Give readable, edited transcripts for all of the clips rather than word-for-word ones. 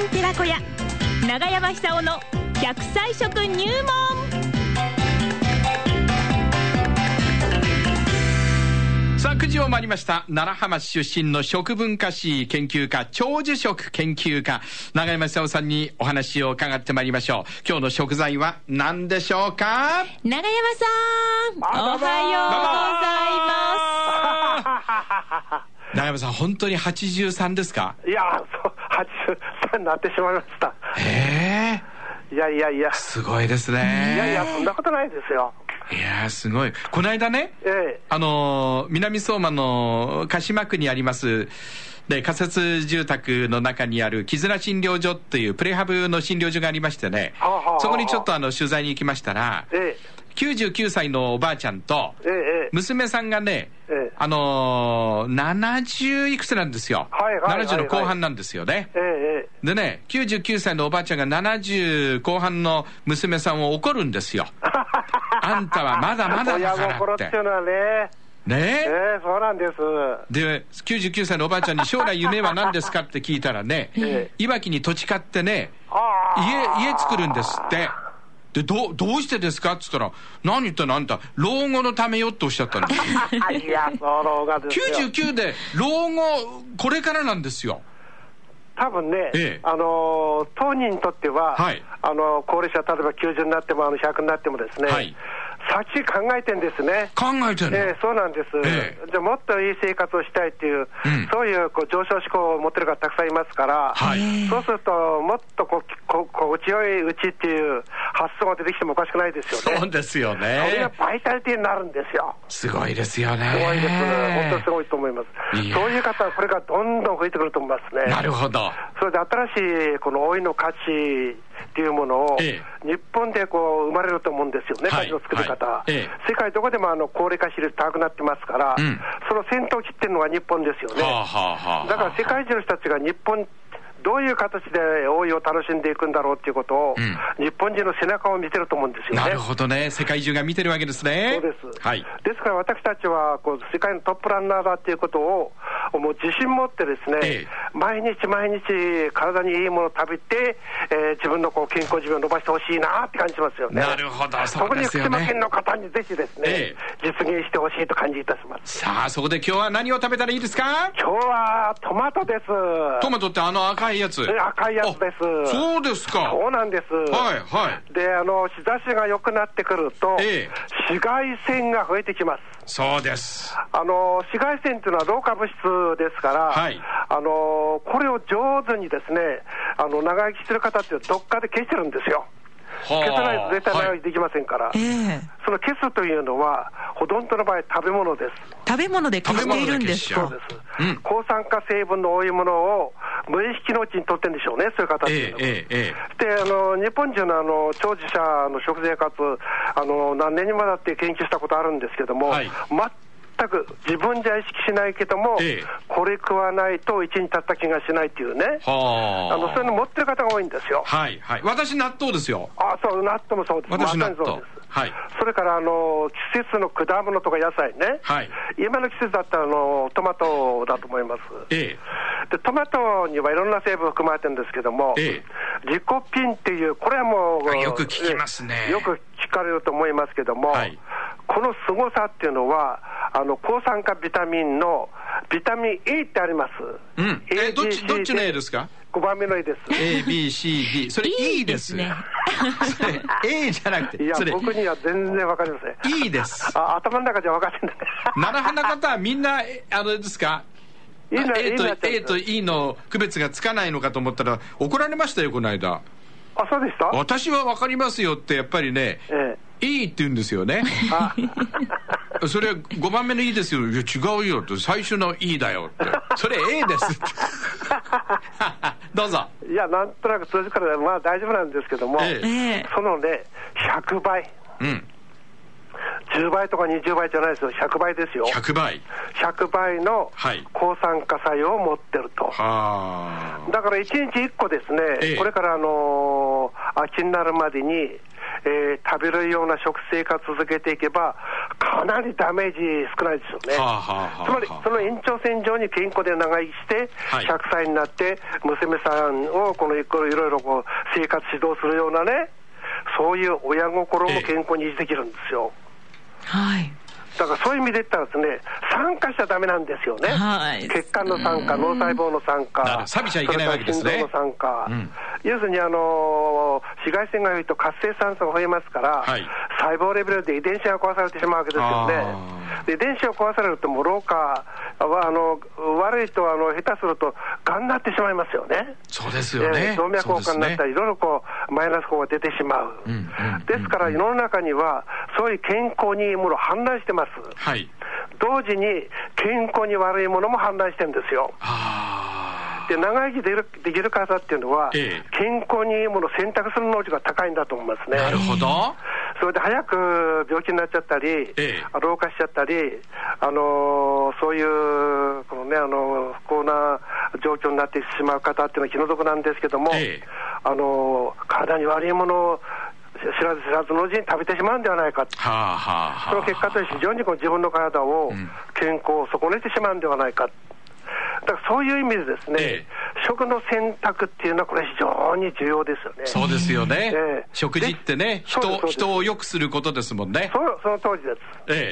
寺子屋長山久夫の100歳食入門。 さあ9時を回りました。奈良浜市出身の食文化史研究家、長寿食研究家長山久夫さんにお話を伺ってまいりましょう。今日の食材は何でしょうか？ 長山さん、おはようございます。 長山さん、本当に83ですか？ いや、そう83になってしまいました。いやすごいですね。 いやそんなことないですよ。 いやすごい。この間ね、南相馬の鹿島区にありますで仮設住宅の中にある絆診療所っていうプレハブの診療所がありましてね、そこにちょっと取材に行きましたら、99歳のおばあちゃんと娘さんがね、70いくつなんですよ。70の後半なんですよね。でね、99歳のおばあちゃんが70後半の娘さんを怒るんですよ。あんたはまだまだだからって。親心っていうのはね。そうなんです。 で、99歳のおばあちゃんに将来夢は何ですかって聞いたらね、いわきに土地買ってね、家作るんですって。で、どうしてですかって言ったら、何言ったのあんた、老後のためよっておっしゃったんですよ。 いや、そう老後ですよ。 99で老後、これからなんですよ。 多分ね、当人にとっては、高齢者、例えば90になっても100になってもですね、先考えてんですね。 考えてる、 そうなんです。でもっといい生活をしたいっていう、そういう上昇志向を持ってる方たくさんいますから、そうするともっと心地よいうちっていう発想が出てきてもおかしくないですよね。 そうですよね。 それがバイタリティになるんですよ。 すごいですよね。 すごいです。本当にすごいと思います。そういう方はこれからどんどん増えてくると思いますね。 なるほど。 それで新しいこの老いの価値っていうものを、日本で生まれると思うんですよね、価値の作り方。世界どこでも高齢化比率高くなってますから、その先頭を切ってるのが日本ですよね。だから世界中の人たちが日本どういう形で老いを楽しんでいくんだろうっていうことを、日本人の背中を見てると思うんですよね。 なるほどね。世界中が見てるわけですね。 そうです。ですから私たちは世界のトップランナーだっていうことをもう自信持ってですね、毎日体にいいものを食べて、自分の健康寿命を伸ばしてほしいなって感じしますよね。 なるほど、そこにうですよね。 福島県の方にぜひですね、実現してほしいと感じいたします。 さあ、そこで今日は何を食べたらいいですか？ 今日はトマトです。 トマトって赤いやつ？ 赤いやつです。 そうですか。 そうなんです。で、日差しが良くなってくると、紫外線が増えてきます。 そうです。 紫外線というのは老化物質ですから、これを上手にですね、長生きする方ってどっかで消してるんですよ。消さないと絶対長生きできませんから、その消すというのはほとんどの場合食べ物です。 食べ物で消しているんですか？ そうです。抗酸化成分の多いものを無意識のうちに取ってるんでしょうね、そういう方っていうのは。で、日本人の長寿者の食生活、何年にもだって研究したことあるんですけども、全く自分じゃ意識しないけども、これ食わないと一日経った気がしないっていうね、そういうの持ってる方が多いんですよ。 私納豆ですよ。 そう、納豆もそうです。 私納豆。 それから季節の果物とか野菜ね、今の季節だったらトマトだと思います。で、トマトにはいろんな成分含まれてるんですけども、リコピンっていう、これはもうよく聞きますね。 よく聞かれると思いますけども、この凄さっていうのは抗酸化ビタミンのビタミン E ってあります。 どっちの A ですか ？5番目の E です。 ABCD それ E ですね。それ A じゃなくて、 いや僕には全然わかりません。 E です。 頭の中じゃ分かってない。 奈良の方はみんなですか？A と E の区別がつかないのかと思ったら怒られましたよ、この間。 そうでした？ 私は分かりますよってやっぱりね、E って言うんですよね。それは5番目の E ですよ。いや違うよって、最初の E だよって、それ A ですってどうぞ。 いや、なんとなく通じから大丈夫なんですけども、そのね100倍、10倍とか20倍じゃないですよ、100倍ですよ。100倍の抗酸化作用を持ってると。だから1日1個ですね、これから秋になるまでに食べるような食生活続けていけばかなりダメージ少ないですよね。つまりその延長線上に健康で長生きして100歳になって娘さんをこのいろいろこう生活指導するようなね、そういう親心も健康に維持できるんですよ。 はい。 だからそういう意味で言ったらですね、酸化しちゃダメなんですよね。 はい、 血管の酸化、脳細胞の酸化、 錆びちゃいけないわけですね。 心臓の酸化、要するに紫外線が弱いと活性酸素が増えますから、はい、細胞レベルで遺伝子が壊されてしまうわけですよね。で遺伝子が壊されるともう老化は悪いと下手するとがんになってしまいますよね。 そうですよね。 動脈硬化になったり、いろいろこうマイナス効果が出てしまう。ですから世の中にはそういう健康にいいものを氾濫してます。 はい、 同時に健康に悪いものも氾濫してるんですよ。で長生きできる方っていうのは、健康にいいものを選択する能力が高いんだと思いますね。 なるほど。 それで早く病気になっちゃったり、老化しちゃったり、そういうこの、ね、不幸な状況になってしまう方っていうのは気の毒なんですけども、体に悪いものを知らず知らずのうちに食べてしまうんではないか、その結果として非常に自分の体を健康を損ねてしまうんではないか。だからそういう意味でですね、食の選択っていうのはこれ非常に重要ですよね。 そうですよね。食事ってね、人を良くすることですもんね。 その通りです。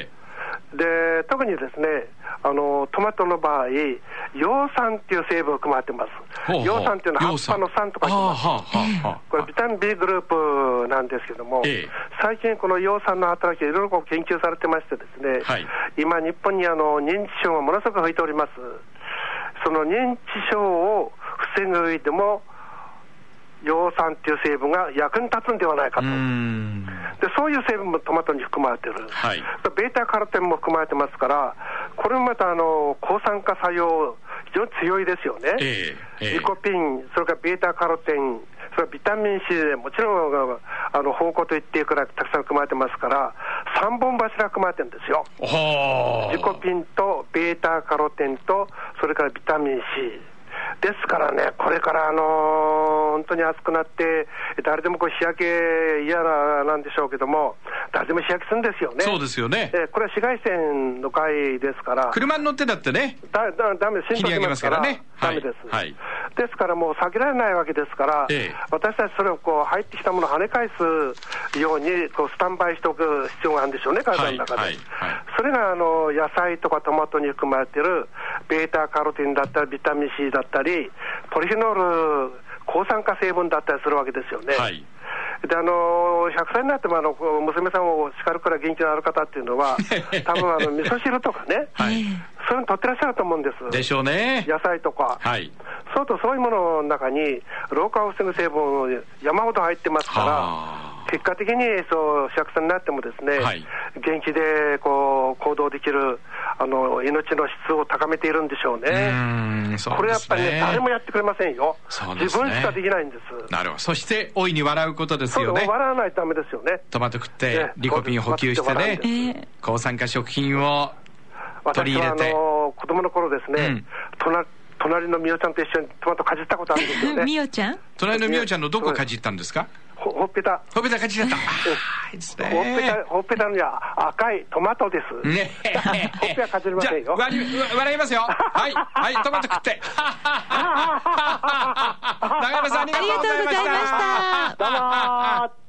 で特にですね、トマトの場合、葉酸っていう成分を含まれてます。葉酸っていうのは葉っぱの酸とか言ってます。これビタミン B グループなんですけども、最近この葉酸の働きがいろいろ研究されてましてですね、今日本に認知症がものすごく増えております。その認知症を防ぐ上でも葉酸っていう成分が役に立つんではないかと。でそういう成分もトマトに含まれている、ベータカロテンも含まれてますから、これもまた抗酸化作用非常に強いですよね。リコピン、それからベータカロテン、それからビタミン C でもちろん芳香と言っていくらたくさん含まれてますから、3本柱含まれてるんですよ。リコピンとベータカロテンとそれからビタミン Cですからね、これから本当に暑くなって誰でも日焼け嫌なんでしょうけども、誰でも日焼けするんですよね。 そうですよね。 これは紫外線の害ですから、 車に乗ってだってね、 ダメです。浸透しますからね、ダメです。ですからもう避けられないわけですから、私たちそれを入ってきたものを跳ね返すようにスタンバイしておく必要があるんでしょうね、体の中で。それが野菜とかトマトに含まれているベータカロテンだったりビタミン C だったりポリフェノール、抗酸化成分だったりするわけですよね。で100歳になっても娘さんを叱るくらい元気のある方っていうのは多分味噌汁とかね、そういうの取ってらっしゃると思うんです。 でしょうね。 野菜とか、そういうものの中に老化を防ぐ成分山ほど入ってますから、結果的に100歳になってもですね、元気で行動できる命の質を高めているんでしょうね。これやっぱりね、誰もやってくれませんよ。自分しかできないんです。 なるほど。そして大いに笑うことですよね。 笑わないとダメですよね。 トマト食ってリコピン補給してね、抗酸化食品を取り入れて。 私は子供の頃ですね、隣のみおちゃんと一緒にトマトかじったことあるんですよね。 みおちゃん？ 隣のみおちゃんのどこかじったんですか？ ほっぺたかじった。 ほっぺたには赤いトマトです。ほっぺはかじりませんよ。 笑いますよ。はい、トマト食って。長山さんありがとうございました。 どうも。